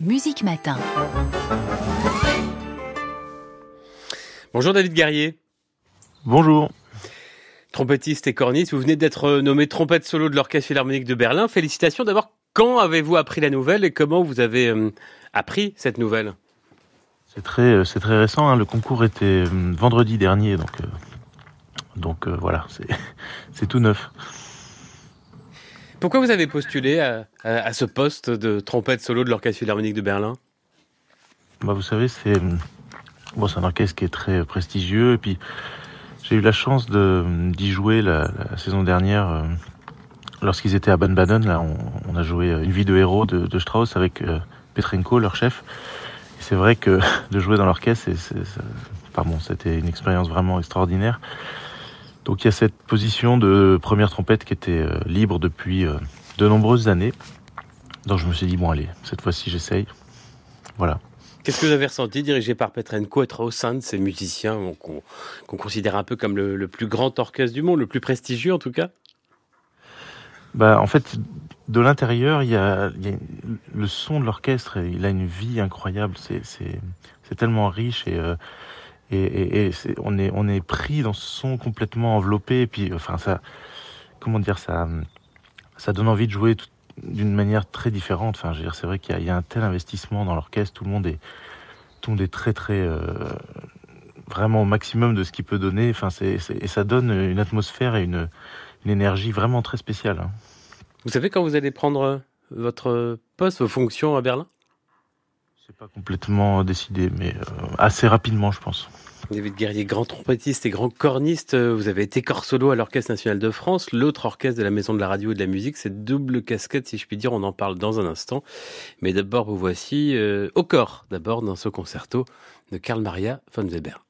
Musique Matin. Bonjour David Guerrier. Bonjour. Trompettiste et corniste, vous venez d'être nommé trompette solo de l'Orchestre Philharmonique de Berlin. Félicitations. D'abord, quand avez-vous appris la nouvelle et comment vous avez appris cette nouvelle ? C'est très récent, hein. Le concours était vendredi dernier, donc voilà, c'est tout neuf. Pourquoi vous avez postulé à ce poste de trompette solo de l'Orchestre Philharmonique de Berlin ? Vous savez, c'est un orchestre qui est très prestigieux, et puis j'ai eu la chance d'y jouer la saison dernière, lorsqu'ils étaient à Baden-Baden. Là, on a joué Une vie de héros de Strauss avec Petrenko, leur chef. Et c'est vrai que de jouer dans l'orchestre, c'était une expérience vraiment extraordinaire. Donc il y a cette position de première trompette qui était libre depuis de nombreuses années. Donc je me suis dit, allez, cette fois-ci j'essaye. Voilà. Qu'est-ce que vous avez ressenti, dirigé par Petrenko, être au sein de ces musiciens qu'on considère un peu comme le plus grand orchestre du monde, le plus prestigieux en tout cas ? En fait, de l'intérieur, il y a le son de l'orchestre, il a une vie incroyable. C'est tellement riche et on est pris dans ce son complètement enveloppé. Et puis, ça donne envie de jouer d'une manière très différente. C'est vrai qu'il y a un tel investissement dans l'orchestre. Tout le monde est très très vraiment au maximum de ce qu'il peut donner. Et ça donne une atmosphère et une énergie vraiment très spéciale, hein. Vous savez quand vous allez prendre votre poste, vos fonctions à Berlin ? C'est pas complètement décidé, mais assez rapidement, je pense. David Guerrier, grand trompettiste et grand corniste, vous avez été corps solo à l'Orchestre National de France, l'autre orchestre de la Maison de la Radio et de la Musique. Cette double casquette, si je puis dire, on en parle dans un instant. Mais d'abord, vous voici au corps, d'abord dans ce concerto de Carl Maria von Weber.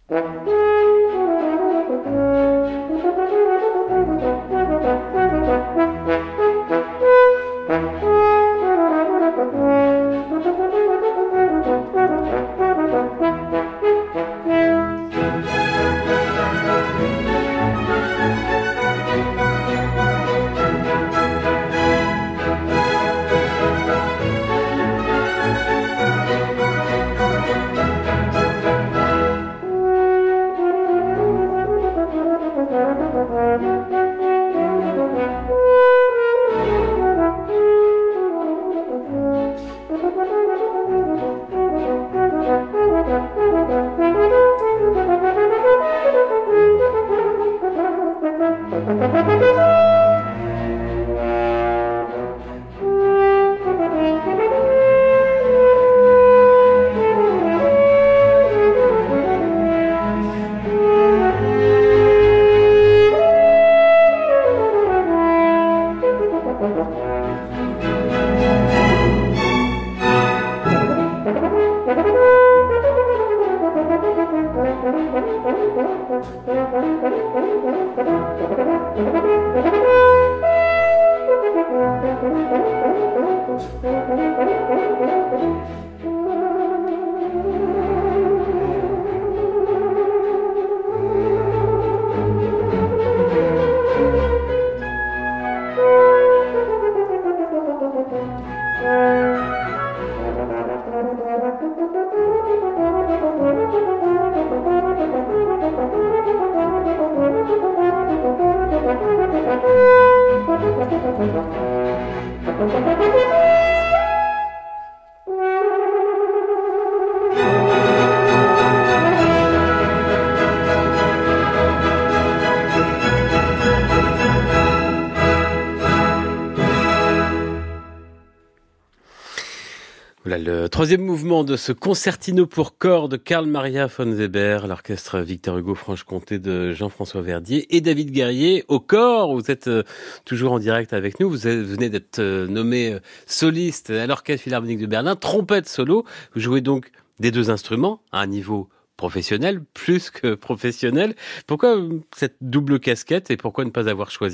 Voilà le troisième mouvement de ce concertino pour corps de Carl Maria von Weber, l'orchestre Victor Hugo Franche-Comté de Jean-François Verdier et David Guerrier au corps. Vous êtes toujours en direct avec nous. Vous venez d'être nommé soliste à l'Orchestre Philharmonique de Berlin, trompette solo. Vous jouez donc des deux instruments à un niveau professionnel, plus que professionnel. Pourquoi cette double casquette et pourquoi ne pas avoir choisi ?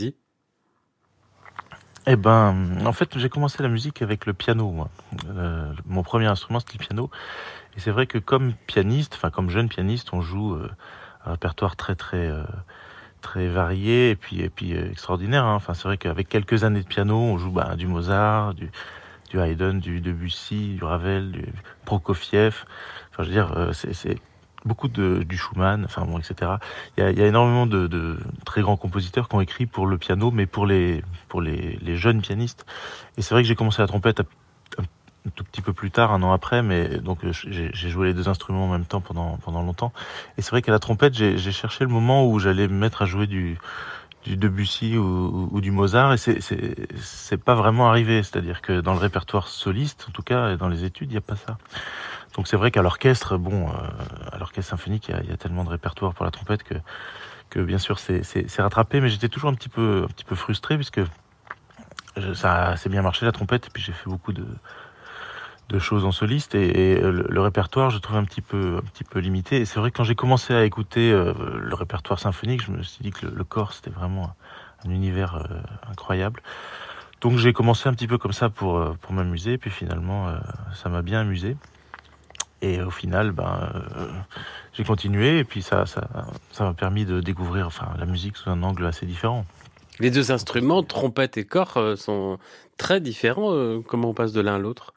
En fait, j'ai commencé la musique avec le piano, moi. Mon premier instrument, c'était le piano. Et c'est vrai que comme pianiste, comme jeune pianiste, on joue un répertoire très, très, très varié et puis extraordinaire, hein. C'est vrai qu'avec quelques années de piano, on joue du Mozart, du du Haydn, du Debussy, du Ravel, du Prokofiev. Enfin, je veux dire, c'est beaucoup du Schumann, enfin bon, etc. Il y a énormément de très grands compositeurs qui ont écrit pour le piano, mais pour les jeunes pianistes. Et c'est vrai que j'ai commencé la trompette un tout petit peu plus tard, 1 an après, mais donc j'ai joué les 2 instruments en même temps pendant longtemps. Et c'est vrai qu'à la trompette, j'ai cherché le moment où j'allais me mettre à jouer du Debussy ou du Mozart, et c'est pas vraiment arrivé. C'est-à-dire que dans le répertoire soliste, en tout cas, et dans les études, il n'y a pas ça. Donc c'est vrai qu'à l'orchestre, à l'orchestre symphonique, il y a tellement de répertoire pour la trompette que bien sûr c'est rattrapé, mais j'étais toujours un petit peu frustré puisque ça a assez bien marché la trompette, et puis j'ai fait beaucoup de choses en soliste, et le répertoire je trouve un petit peu limité. Et c'est vrai que quand j'ai commencé à écouter le répertoire symphonique, je me suis dit que le corps c'était vraiment un univers incroyable. Donc j'ai commencé un petit peu comme ça pour m'amuser, puis finalement ça m'a bien amusé. Et au final, j'ai continué, et puis ça m'a permis de découvrir la musique sous un angle assez différent. Les 2 instruments, trompette et corps, sont très différents. Comment on passe de l'un à l'autre?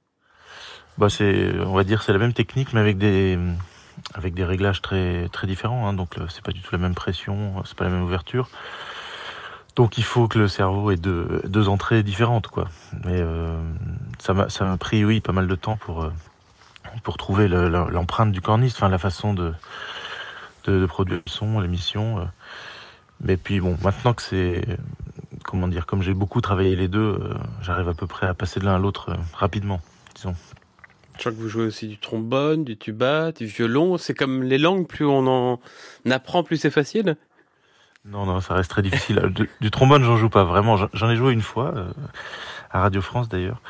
On va dire, c'est la même technique, mais avec des réglages très très différents. Hein. Donc c'est pas du tout la même pression, c'est pas la même ouverture. Donc il faut que le cerveau ait deux entrées différentes, quoi. Mais ça m'a pris, oui, pas mal de temps pour trouver l'empreinte du corniste, la façon de produire le son, l'émission. Mais puis bon, maintenant que comme j'ai beaucoup travaillé les deux, j'arrive à peu près à passer de l'un à l'autre rapidement, disons. Je crois que vous jouez aussi du trombone, du tuba, du violon. C'est comme les langues, plus on en apprend, plus c'est facile? Non, ça reste très difficile. Du trombone, j'en joue pas vraiment. J'en ai joué une fois, à Radio France d'ailleurs.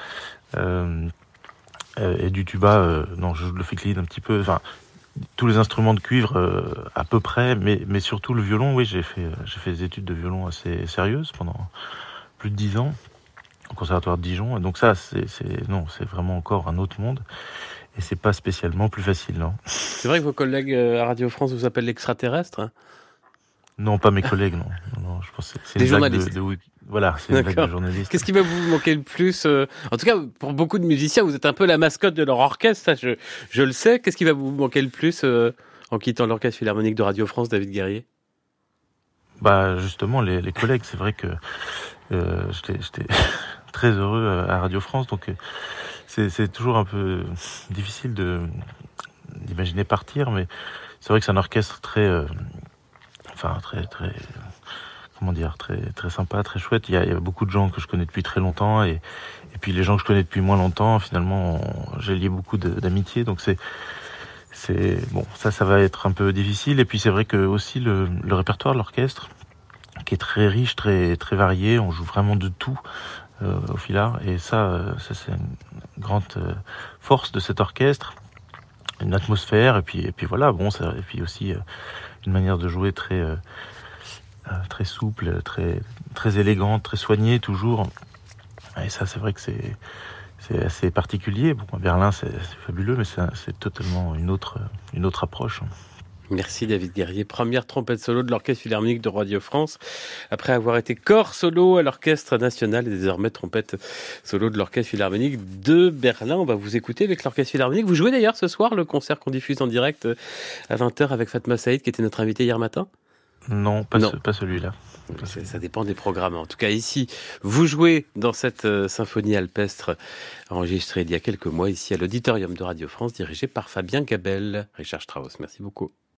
Et du tuba, non, je joue le fiddle un petit peu. Tous les instruments de cuivre à peu près, mais surtout le violon. Oui, j'ai fait des études de violon assez sérieuses pendant plus de 10 ans au conservatoire de Dijon. Et donc ça, c'est vraiment encore un autre monde, et c'est pas spécialement plus facile, non. C'est vrai que vos collègues à Radio France vous appellent l'extraterrestre? Non, pas mes collègues, non, je pense que c'est des une blague journalistes. Voilà, c'est une blague de journaliste. Qu'est-ce qui va vous manquer le plus En tout cas, pour beaucoup de musiciens, vous êtes un peu la mascotte de leur orchestre, ça, je le sais. Qu'est-ce qui va vous manquer le plus en quittant l'Orchestre Philharmonique de Radio France, David Guerrier? Justement, les collègues, c'est vrai que j'étais très heureux à Radio France, donc c'est toujours un peu difficile d'imaginer partir, mais c'est vrai que c'est un orchestre très très comment dire, très très sympa, très chouette. Il y a beaucoup de gens que je connais depuis très longtemps, et puis les gens que je connais depuis moins longtemps, finalement j'ai lié beaucoup d'amitié, donc c'est bon, ça va être un peu difficile. Et puis c'est vrai que aussi le répertoire de l'orchestre, qui est très riche, très très varié, on joue vraiment de tout au Philhar, et ça c'est une grande force de cet orchestre, une atmosphère, et puis voilà, bon, et puis aussi une manière de jouer très très souple, très très élégante, très soignée toujours. Et ça, c'est vrai que c'est assez particulier. Bon, à Berlin, c'est fabuleux, mais c'est totalement une autre approche. Merci David Guerrier, première trompette solo de l'Orchestre Philharmonique de Radio France, après avoir été corps solo à l'Orchestre National et désormais trompette solo de l'Orchestre Philharmonique de Berlin. On va vous écouter avec l'Orchestre Philharmonique. Vous jouez d'ailleurs ce soir le concert qu'on diffuse en direct à 20h avec Fatma Saïd, qui était notre invitée hier matin? Non, pas celui-là. Ça dépend des programmes. En tout cas, ici, vous jouez dans cette symphonie alpestre enregistrée il y a quelques mois, ici à l'Auditorium de Radio France, dirigée par Fabien Gabel. Richard Strauss, merci beaucoup.